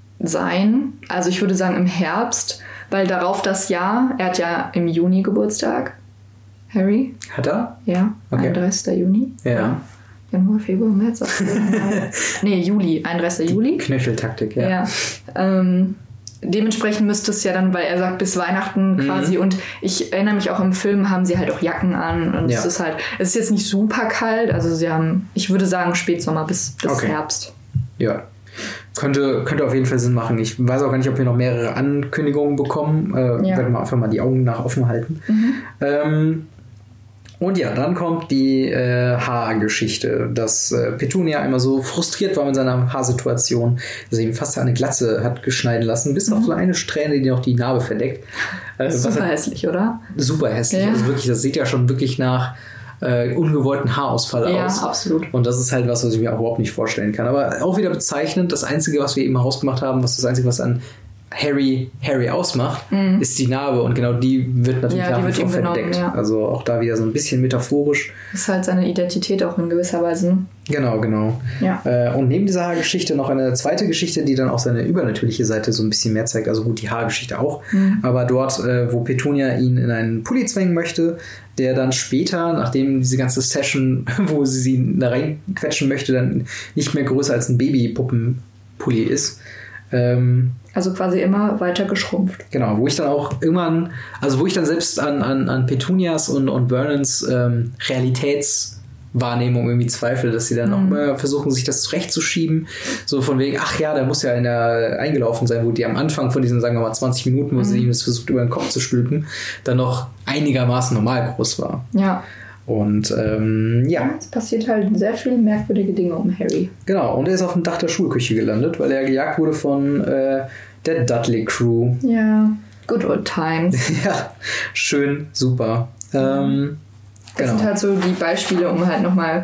sein. Also ich würde sagen im Herbst, weil darauf das Jahr, er hat ja im Juni Geburtstag, Harry. Hat er? Ja, okay. einunddreißigster Juni. Ja. Januar, Februar, März, April. Nee, Juli, einunddreißigster Juli. Knöcheltaktik, ja. Ja. Ähm, dementsprechend müsste es ja dann, weil er sagt bis Weihnachten quasi, mhm. und ich erinnere mich auch im Film, haben sie halt auch Jacken an und ja. es ist halt, es ist jetzt nicht super kalt, also sie haben, ich würde sagen Spätsommer bis, bis okay. Herbst. Ja. Könnte, könnte auf jeden Fall Sinn machen. Ich weiß auch gar nicht, ob wir noch mehrere Ankündigungen bekommen. Äh, ja. Werden wir einfach mal die Augen nach offen halten. Mhm. Ähm, und ja, dann kommt die äh, Haargeschichte, dass äh, Petunia immer so frustriert war mit seiner Haarsituation, dass er ihm fast eine Glatze hat geschneiden lassen, bis mhm. auf so eine Strähne, die noch die Narbe verdeckt. Äh, super halt, hässlich, oder? Super hässlich. Ja. Also wirklich, das sieht ja schon wirklich nach Äh, ungewollten Haarausfall ja, aus. Ja, absolut. Und das ist halt was, was ich mir auch überhaupt nicht vorstellen kann. Aber auch wieder bezeichnend, das Einzige, was wir eben rausgemacht haben, was das Einzige, was an Harry Harry ausmacht, mhm. ist die Narbe. Und genau die wird natürlich ja, nach wie vor verdeckt. Ja. Also auch da wieder so ein bisschen metaphorisch. Das ist halt seine Identität auch in gewisser Weise. Genau, genau. Ja. Äh, und neben dieser Haargeschichte noch eine zweite Geschichte, die dann auch seine übernatürliche Seite so ein bisschen mehr zeigt. Also gut, die Haargeschichte auch. Mhm. Aber dort, äh, wo Petunia ihn in einen Pulli zwängen möchte, der dann später, nachdem diese ganze Session, wo sie sie da reinquetschen möchte, dann nicht mehr größer als ein Babypuppenpulli ist. Ähm, also quasi immer weiter geschrumpft. Genau, wo ich dann auch irgendwann, also wo ich dann selbst an, an, an Petunias und, und Vernons ähm, Realitätswahrnehmung irgendwie zweifle, dass sie dann mhm. auch immer versuchen, sich das zurechtzuschieben. So von wegen, ach ja, der muss ja in der eingelaufen sein, wo die am Anfang von diesen, sagen wir mal, zwanzig Minuten, wo mhm. sie ihm das versucht, über den Kopf zu stülpen, dann noch einigermaßen normal groß war. Ja. Und ähm, ja. Es passiert halt sehr viele merkwürdige Dinge um Harry. Genau, und er ist auf dem Dach der Schulküche gelandet, weil er gejagt wurde von äh, der Dudley Crew. Ja, good old times. Ja, schön, super. Ähm, das genau. sind halt so die Beispiele, um halt nochmal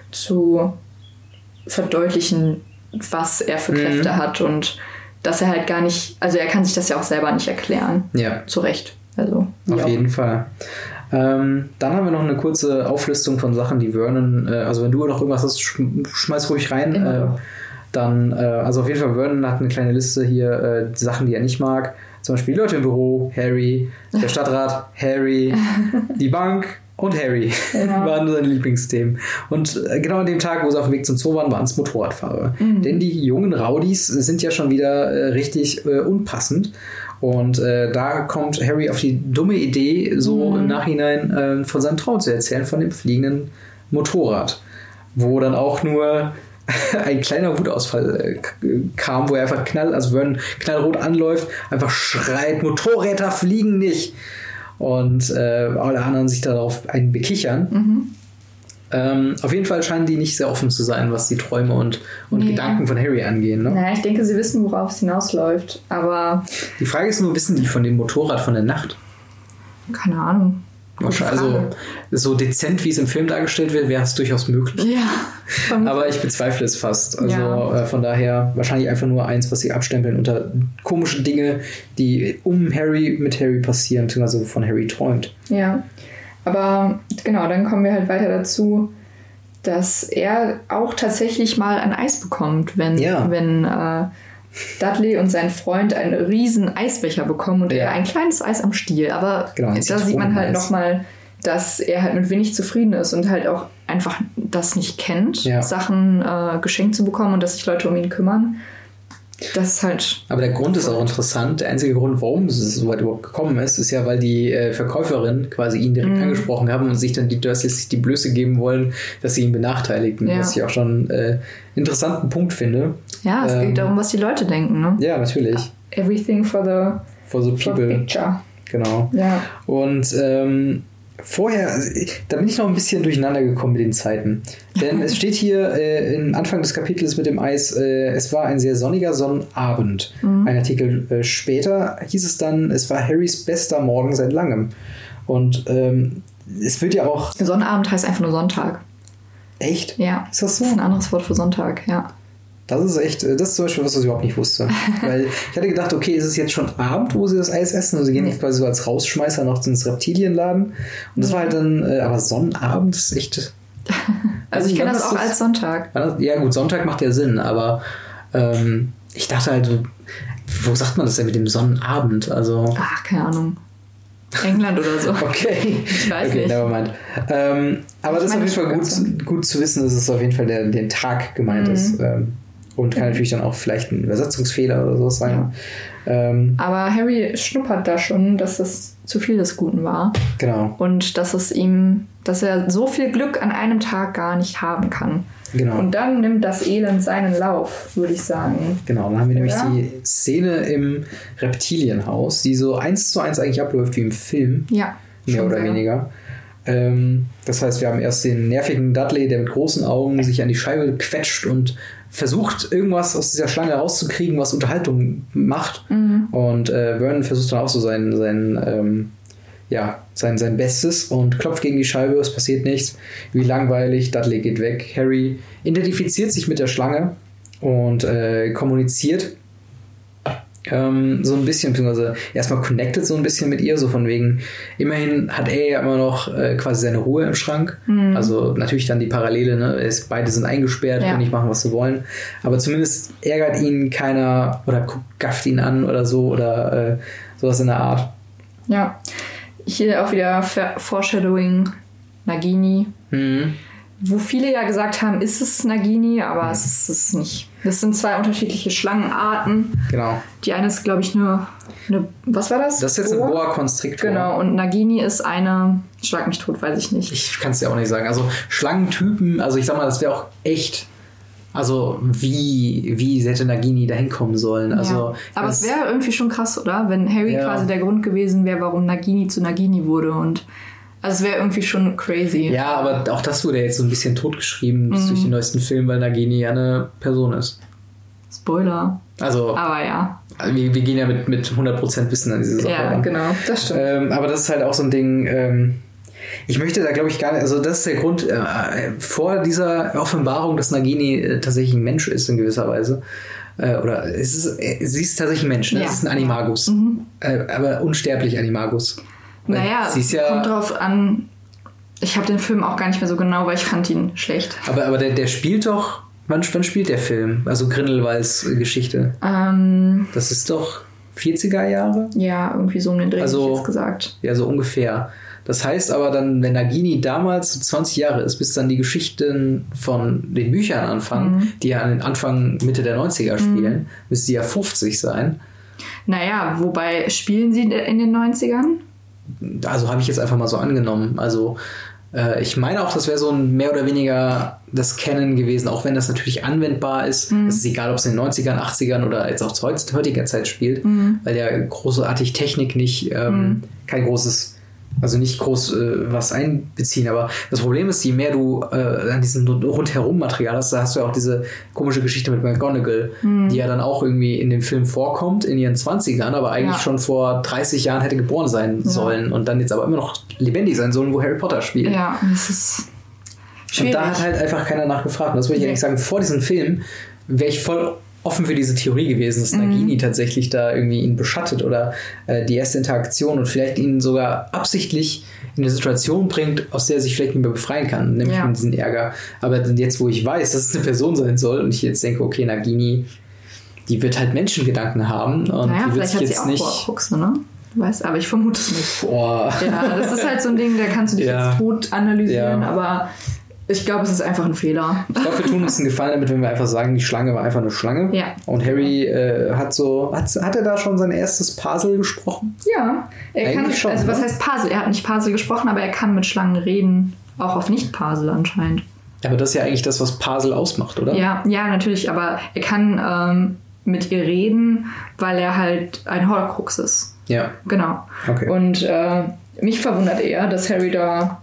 zu verdeutlichen, was er für Kräfte mhm. hat und dass er halt gar nicht, also er kann sich das ja auch selber nicht erklären. Ja. Zu Recht. Also, auf auch. jeden Fall. Ähm, dann haben wir noch eine kurze Auflistung von Sachen, die Vernon, äh, also wenn du noch irgendwas hast, sch- schmeiß ruhig rein. Äh, dann, äh, also auf jeden Fall, Vernon hat eine kleine Liste hier, äh, die Sachen, die er nicht mag. Zum Beispiel die Leute im Büro, Harry, der Stadtrat, Harry, die Bank und Harry. Ja. Waren seine Lieblingsthemen. Und äh, genau an dem Tag, wo sie auf dem Weg zum Zoo waren, waren es Motorradfahrer. Mhm. Denn die jungen Rowdies sind ja schon wieder äh, richtig äh, unpassend. Und äh, da kommt Harry auf die dumme Idee, so mhm. im Nachhinein äh, von seinem Traum zu erzählen, von dem fliegenden Motorrad. Wo dann auch nur ein kleiner Wutausfall äh, kam, wo er einfach knall, also Vernon knallrot anläuft, einfach schreit, Motorräder fliegen nicht. Und äh, alle anderen sich darauf einen bekichern. Mhm. Ähm, auf jeden Fall scheinen die nicht sehr offen zu sein, was die Träume und, und nee. Gedanken von Harry angehen. Ne? Naja, ich denke, sie wissen, worauf es hinausläuft, aber... Die Frage ist nur, wissen die von dem Motorrad von der Nacht? Keine Ahnung. Also so dezent, wie es im Film dargestellt wird, wäre es durchaus möglich. Ja. Aber ich bezweifle es fast. Also ja. äh, von daher wahrscheinlich einfach nur eins, was sie abstempeln unter komische Dinge, die um Harry mit Harry passieren, beziehungsweise von Harry träumt. Ja. Aber genau, dann kommen wir halt weiter dazu, dass er auch tatsächlich mal ein Eis bekommt, wenn, ja. wenn äh, Dudley und sein Freund einen riesen Eisbecher bekommen und ja. er ein kleines Eis am Stiel. Aber genau, da sieht man halt nochmal, dass er halt mit wenig zufrieden ist und halt auch einfach das nicht kennt, ja. Sachen äh, geschenkt zu bekommen und dass sich Leute um ihn kümmern. Das ist halt... Aber der Grund ist auch interessant. Der einzige Grund, warum es so weit überhaupt gekommen ist, ist ja, weil die äh, Verkäuferin quasi ihn direkt mm. angesprochen haben und sich dann die Dursleys die Blöße geben wollen, dass sie ihn benachteiligten. Ja. Was ich auch schon äh, interessanten Punkt finde. Ja, es ähm, geht darum, was die Leute denken, ne? Ja, natürlich. Everything for the, for the people. For the picture. Genau. Ja. Und ähm, vorher, da bin ich noch ein bisschen durcheinander gekommen mit den Zeiten. Denn es steht hier äh, im Anfang des Kapitels mit dem Eis, äh, es war ein sehr sonniger Sonnabend. Mhm. Ein Artikel äh, später hieß es dann, es war Harrys bester Morgen seit langem. Und ähm, es wird ja auch... Sonnabend heißt einfach nur Sonntag. Echt? Ja. Ist das so? Das ist ein anderes Wort für Sonntag, ja. Das ist echt, das ist zum Beispiel was, was ich überhaupt nicht wusste. Weil ich hatte gedacht, okay, ist es jetzt schon Abend, wo sie das Eis essen? Und sie gehen nicht quasi so als Rausschmeißer noch ins Reptilienladen. Und das war halt dann, äh, aber Sonnabend ist echt... Also ich kenne das auch das, als Sonntag. Ja gut, Sonntag macht ja Sinn, aber ähm, ich dachte halt, wo sagt man das denn mit dem Sonnenabend? Also, ach, keine Ahnung. England oder so. Okay. Ich weiß okay, nicht. Nevermind. Ähm, aber ich das ist auf jeden Fall gut, gut zu wissen, dass es auf jeden Fall der, der Tag gemeint mhm. ist. Ähm, und kann mhm. natürlich dann auch vielleicht ein Übersetzungsfehler oder so sein. Ja. Ähm, aber Harry schnuppert da schon, dass es zu viel des Guten war. Genau. Und dass es ihm, dass er so viel Glück an einem Tag gar nicht haben kann. Genau. Und dann nimmt das Elend seinen Lauf, würde ich sagen. Genau, dann haben wir ja. nämlich die Szene im Reptilienhaus, die so eins zu eins eigentlich abläuft wie im Film. Ja. Mehr oder sehr. weniger. Ähm, das heißt, wir haben erst den nervigen Dudley, der mit großen Augen sich an die Scheibe quetscht und versucht, irgendwas aus dieser Schlange rauszukriegen, was Unterhaltung macht. Mhm. Und äh, Vernon versucht dann auch so sein, sein, ähm, ja, sein, sein Bestes und klopft gegen die Scheibe, es passiert nichts. Wie langweilig, Dudley geht weg. Harry identifiziert sich mit der Schlange und äh, kommuniziert ähm, so ein bisschen, beziehungsweise erstmal connected so ein bisschen mit ihr, so von wegen, immerhin hat er ja immer noch äh, quasi seine Ruhe im Schrank. Mhm. Also natürlich dann die Parallele, ne? Es, beide sind eingesperrt, ja. können nicht machen, was sie wollen. Aber zumindest ärgert ihn keiner oder gafft ihn an oder so oder äh, sowas in der Art. Ja. Hier auch wieder Foreshadowing Nagini. Mhm. Wo viele ja gesagt haben, ist es Nagini, aber mhm. es ist es nicht. Das sind zwei unterschiedliche Schlangenarten. Genau. Die eine ist, glaube ich, nur eine, was war das? Das ist jetzt Boa? Ein Boa Constrictor. Genau, und Nagini ist eine, schlag mich tot, weiß ich nicht. Ich kann es dir auch nicht sagen. Also Schlangentypen, also ich sag mal, das wäre auch echt, also wie, wie hätte Nagini da hinkommen sollen. Also, ja. Aber es wäre irgendwie schon krass, oder? Wenn Harry ja. quasi der Grund gewesen wäre, warum Nagini zu Nagini wurde und also es wäre irgendwie schon crazy. Ja, aber auch das wurde jetzt so ein bisschen totgeschrieben mhm. durch den neuesten Film, weil Nagini ja eine Person ist. Spoiler. Also, aber ja. Wir, wir gehen ja mit, mit hundert Prozent Wissen an diese Sache Ja, ran. genau, das stimmt. Ähm, aber das ist halt auch so ein Ding, ähm, ich möchte da glaube ich gar nicht, also das ist der Grund, äh, vor dieser Offenbarung, dass Nagini äh, tatsächlich ein Mensch ist in gewisser Weise, äh, oder es ist, äh, sie ist tatsächlich ein Mensch, ne? Ja. Es ist ein Animagus, mhm. äh, aber unsterblich Animagus. Naja, es ja, kommt drauf an. Ich habe den Film auch gar nicht mehr so genau, weil ich fand ihn schlecht. Aber, aber der, der spielt doch. Wann, wann spielt der Film? Also Grindelwalds Geschichte. Ähm, das ist doch vierziger Jahre? Ja, irgendwie so um den Dreh, also, hätte ich jetzt gesagt. Ja, so ungefähr. Das heißt aber dann, wenn Nagini damals so zwanzig Jahre ist, bis dann die Geschichten von den Büchern anfangen, mhm. die ja an den Anfang, Mitte der neunziger spielen, mhm. müsste sie ja fünfzig sein. Naja, wobei spielen sie in den neunzigern? Also habe ich jetzt einfach mal so angenommen. Also äh, ich meine auch, das wäre so ein mehr oder weniger das Canon gewesen, auch wenn das natürlich anwendbar ist. Mhm. Es ist egal, ob es in den neunzigern, achtzigern oder jetzt auch zu heutiger Zeit spielt, mhm. weil ja großartig Technik nicht, ähm, mhm. kein großes, also nicht groß äh, was einbeziehen. Aber das Problem ist, je mehr du äh, an diesem rundherum Material hast, da hast du ja auch diese komische Geschichte mit McGonagall, mhm. die ja dann auch irgendwie in dem Film vorkommt, in ihren zwanzigern, aber eigentlich ja. schon vor dreißig Jahren hätte geboren sein ja. sollen und dann jetzt aber immer noch lebendig sein sollen, wo Harry Potter spielt. Ja, das ist schwierig. Und da hat halt einfach keiner nachgefragt. Und das würde ich ja. eigentlich sagen, vor diesem Film wäre ich voll offen für diese Theorie gewesen, dass mhm. Nagini tatsächlich da irgendwie ihn beschattet oder äh, die erste Interaktion und vielleicht ihn sogar absichtlich in eine Situation bringt, aus der er sich vielleicht nicht mehr befreien kann, nämlich ja. mit diesem Ärger. Aber jetzt, wo ich weiß, dass es eine Person sein soll und ich jetzt denke, okay, Nagini, die wird halt Menschengedanken haben und naja, die wird sich hat jetzt sie auch nicht... Horcruxe, ne? Du weißt, aber ich vermute es nicht. Boah. Ja, das ist halt so ein Ding, da kannst du dich ja. jetzt tot analysieren, ja. aber Ich glaube, es ist einfach ein Fehler. Ich glaube, wir tun uns einen Gefallen damit, wenn wir einfach sagen, die Schlange war einfach eine Schlange. Ja. Und Harry äh, hat so, hat, hat er da schon sein erstes Parsel gesprochen? Ja. Er Eigentlich kann, schon, also was ne? heißt Parsel? Er hat nicht Parsel gesprochen, aber er kann mit Schlangen reden. Auch auf Nicht-Parsel anscheinend. Aber das ist ja eigentlich das, was Parsel ausmacht, oder? Ja, ja, natürlich. Aber er kann ähm, mit ihr reden, weil er halt ein Horcrux ist. Ja. Genau. Okay. Und äh, mich verwundert eher, dass Harry da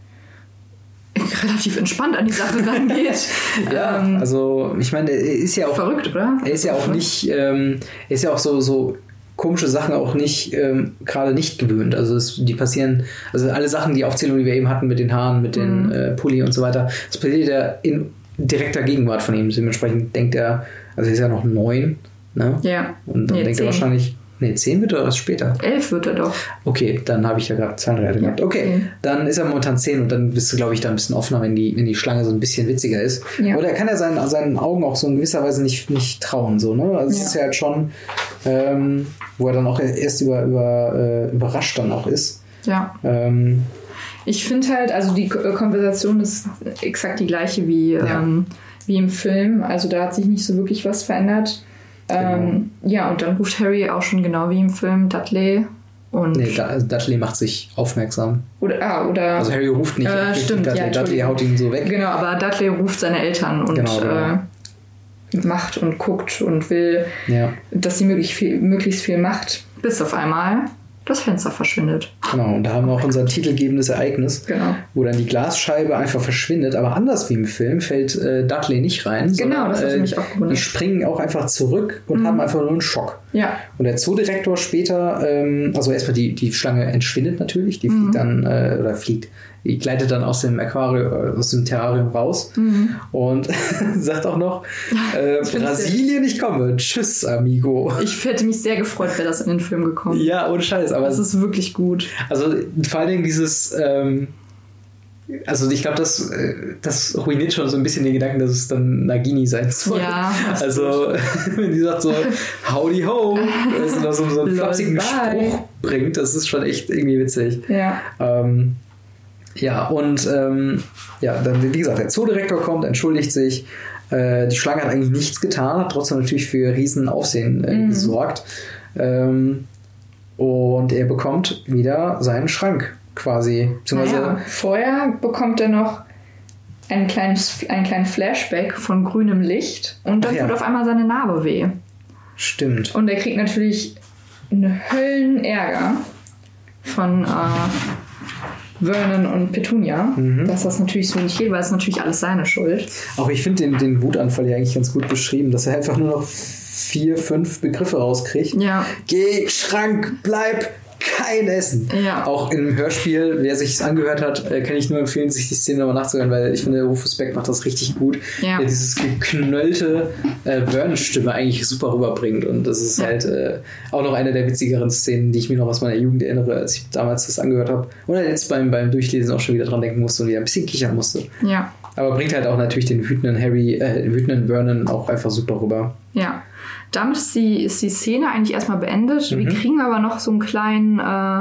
relativ entspannt an die Sache rangeht. Ja, ähm, also ich meine, er ist ja auch... Verrückt, oder? Er ist ja auch nicht... Ähm, er ist ja auch so... so komische Sachen auch nicht, ähm, gerade nicht gewöhnt. Also es, die passieren, also alle Sachen, die Aufzählung, die wir eben hatten mit den Haaren, mit den mhm. äh, Pulli und so weiter, das passiert ja in direkter Gegenwart von ihm. Dementsprechend denkt er, also er ist ja noch neun, ne? Ja. Und dann nee, denkt zehn. er wahrscheinlich, nee, zehn wird er erst später. Elf wird er doch. Okay, dann habe ich ja gerade Zahnräder gehabt. Okay, zehn. dann ist er momentan zehn und dann bist du, glaube ich, da ein bisschen offener, wenn die, wenn die Schlange so ein bisschen witziger ist. Ja. Oder er kann ja seinen, seinen Augen auch so in gewisser Weise nicht, nicht trauen. So, ne? Also es Ja. ist ja halt schon, ähm, wo er dann auch erst über, über, äh, überrascht dann auch ist. Ja. Ähm, Ich finde halt, also die K- Konversation ist exakt die gleiche wie, Ja. ähm, wie im Film. Also da hat sich nicht so wirklich was verändert. Ähm, ja, und dann ruft Harry auch schon genau wie im Film Dudley. Und nee, da, Dudley macht sich aufmerksam. oder, ah, oder Also Harry ruft nicht. Äh, stimmt, Dudley, ja, Dudley haut ihn so weg. genau, aber Dudley ruft seine Eltern und Genau, genau. Äh, macht und guckt und will, Ja, dass sie möglichst viel, möglichst viel macht, bis auf einmal das Fenster verschwindet. genau. Und da haben wir auch unser titelgebendes Ereignis, Genau. wo dann die Glasscheibe einfach verschwindet. Aber anders wie im Film fällt äh, Dudley nicht rein. Genau, sondern, das hat äh, mich auch gewundert. Die springen auch einfach zurück und Mhm. haben einfach nur einen Schock. Ja, Und der Zoodirektor später, ähm, also erstmal die, die Schlange entschwindet natürlich, die fliegt Mhm. dann, äh, oder fliegt, die gleitet dann aus dem Aquarium, aus dem Terrarium raus Mhm. und sagt auch noch, äh, Ich find's Brasilien, ich komme, tschüss, amigo. ich hätte mich sehr gefreut, wäre das in den Film gekommen. Ja, ohne Scheiß, aber Das ist wirklich gut. also vor allen Dingen dieses, ähm, also ich glaube, das, äh, das ruiniert schon so ein bisschen den Gedanken, dass es dann Nagini sein soll. Ja, Also wenn die sagt so, howdy ho, also noch so, so einen Lol, flapsigen bye. Spruch bringt, das ist schon echt irgendwie witzig. Ja. Ähm, ja, und ähm, ja, dann, wie gesagt, der Zoodirektor kommt, entschuldigt sich. Äh, die Schlange hat eigentlich nichts getan, hat trotzdem natürlich für riesen Aufsehen äh, Mhm. gesorgt. Ähm, und er bekommt wieder seinen Schrank quasi. Beziehungsweise, Naja, vorher bekommt er noch ein kleines, einen kleinen Flashback von grünem Licht und dann Ach ja. tut auf einmal seine Narbe weh. stimmt. Und er kriegt natürlich einen Höllenärger von äh, Vernon und Petunia, Mhm. dass das natürlich so nicht geht, weil es natürlich alles seine Schuld. Auch ich finde den, den Wutanfall ja eigentlich ganz gut beschrieben, dass er einfach nur noch vier, fünf Begriffe rauskriegt. Ja. Geh, Schrank, bleib, kein Essen. Ja. Auch im Hörspiel, wer sich das angehört hat, äh, kann ich nur empfehlen, sich die Szene nochmal nachzuhören, weil ich finde, Rufus Beck macht das richtig gut. Ja. Der dieses geknöllte äh, Vernon-Stimme eigentlich super rüberbringt. Und das ist Ja. halt äh, auch noch eine der witzigeren Szenen, die ich mir noch aus meiner Jugend erinnere, als ich damals das angehört habe. Und jetzt beim, beim Durchlesen auch schon wieder dran denken musste und wieder ein bisschen kichern musste. Ja. Aber bringt halt auch natürlich den wütenden Harry, äh, den wütenden Vernon auch einfach super rüber. Ja. Damit ist die, ist die Szene eigentlich erstmal beendet. Mhm. Wir kriegen aber noch so einen kleinen, äh,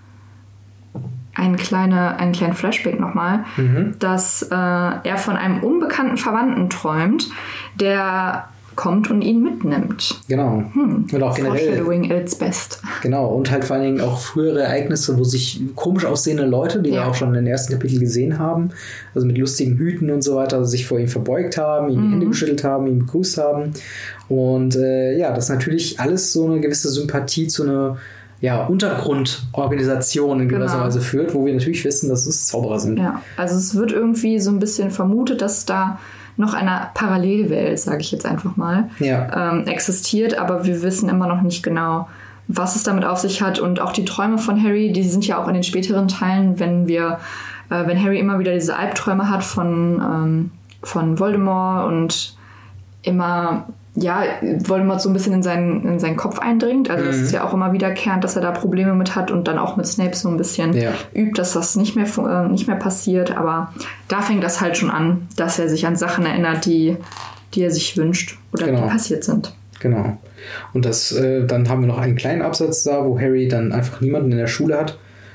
einen, kleine, einen kleinen Flashback nochmal, Mhm. dass äh, er von einem unbekannten Verwandten träumt, der kommt und ihn mitnimmt. Genau. Hm. Und auch generell. Foreshadowing at its best. Genau, und halt vor allen Dingen auch frühere Ereignisse, wo sich komisch aussehende Leute, die Ja. wir auch schon in den ersten Kapitel gesehen haben, also mit lustigen Hüten und so weiter, sich vor ihm verbeugt haben, ihm die Mhm. Hände geschüttelt haben, ihn begrüßt haben. Und äh, ja, das natürlich alles so eine gewisse Sympathie zu einer ja, Untergrundorganisation in gewisser Genau. Weise führt, wo wir natürlich wissen, dass es Zauberer sind. Ja, also es wird irgendwie so ein bisschen vermutet, dass da noch eine Parallelwelt, sage ich jetzt einfach mal, Ja. ähm, existiert, aber wir wissen immer noch nicht genau, was es damit auf sich hat. Und auch die Träume von Harry, die sind ja auch in den späteren Teilen, wenn wir, äh, wenn Harry immer wieder diese Albträume hat von, ähm, von Voldemort und immer, ja, Voldemort so ein bisschen in seinen, in seinen Kopf eindringt. Also das Mhm. ist ja auch immer wiederkehrend, dass er da Probleme mit hat und dann auch mit Snape so ein bisschen Ja. übt, dass das nicht mehr, fu- äh, nicht mehr passiert. Aber da fängt das halt schon an, dass er sich an Sachen erinnert, die, die er sich wünscht oder Genau. die passiert sind. Genau. Und das, äh, dann haben wir noch einen kleinen Absatz da, wo Harry dann einfach niemanden in der Schule hat.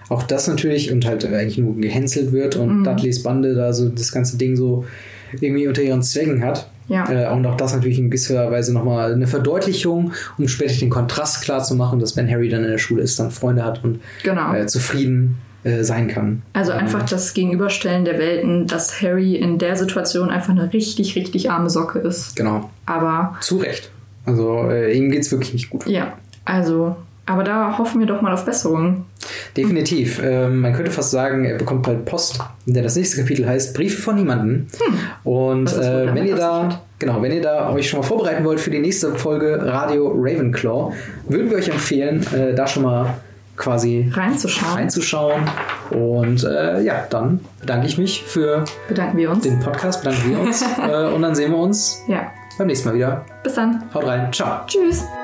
auch das natürlich und halt eigentlich nur gehänselt wird und mhm. Dudleys Bande da so das ganze Ding so irgendwie unter ihren Zwängen hat. Ja. Äh, und auch das natürlich in gewisser Weise nochmal eine Verdeutlichung, um später den Kontrast klar zu machen, dass wenn Harry dann in der Schule ist, dann Freunde hat und genau. äh, zufrieden äh, sein kann. Also einfach ähm, das Gegenüberstellen der Welten, dass Harry in der Situation einfach eine richtig, richtig arme Socke ist. Genau. Aber zu Recht. Also äh, ihm geht's wirklich nicht gut. Ja, also, aber da hoffen wir doch mal auf Besserung. Definitiv. Ähm, man könnte fast sagen, er bekommt bald Post, denn das nächste Kapitel heißt Briefe von niemanden. Hm. Und äh, wenn ihr da, genau, wenn ihr da euch schon mal vorbereiten wollt für die nächste Folge Radio Ravenclaw, würden wir euch empfehlen, äh, da schon mal quasi reinzuschauen. reinzuschauen. Und äh, ja, dann bedanke ich mich für bedanken wir uns. den Podcast, bedanken wir uns. äh, und dann sehen wir uns ja. beim nächsten Mal wieder. Bis dann. Haut rein. Ciao. Tschüss.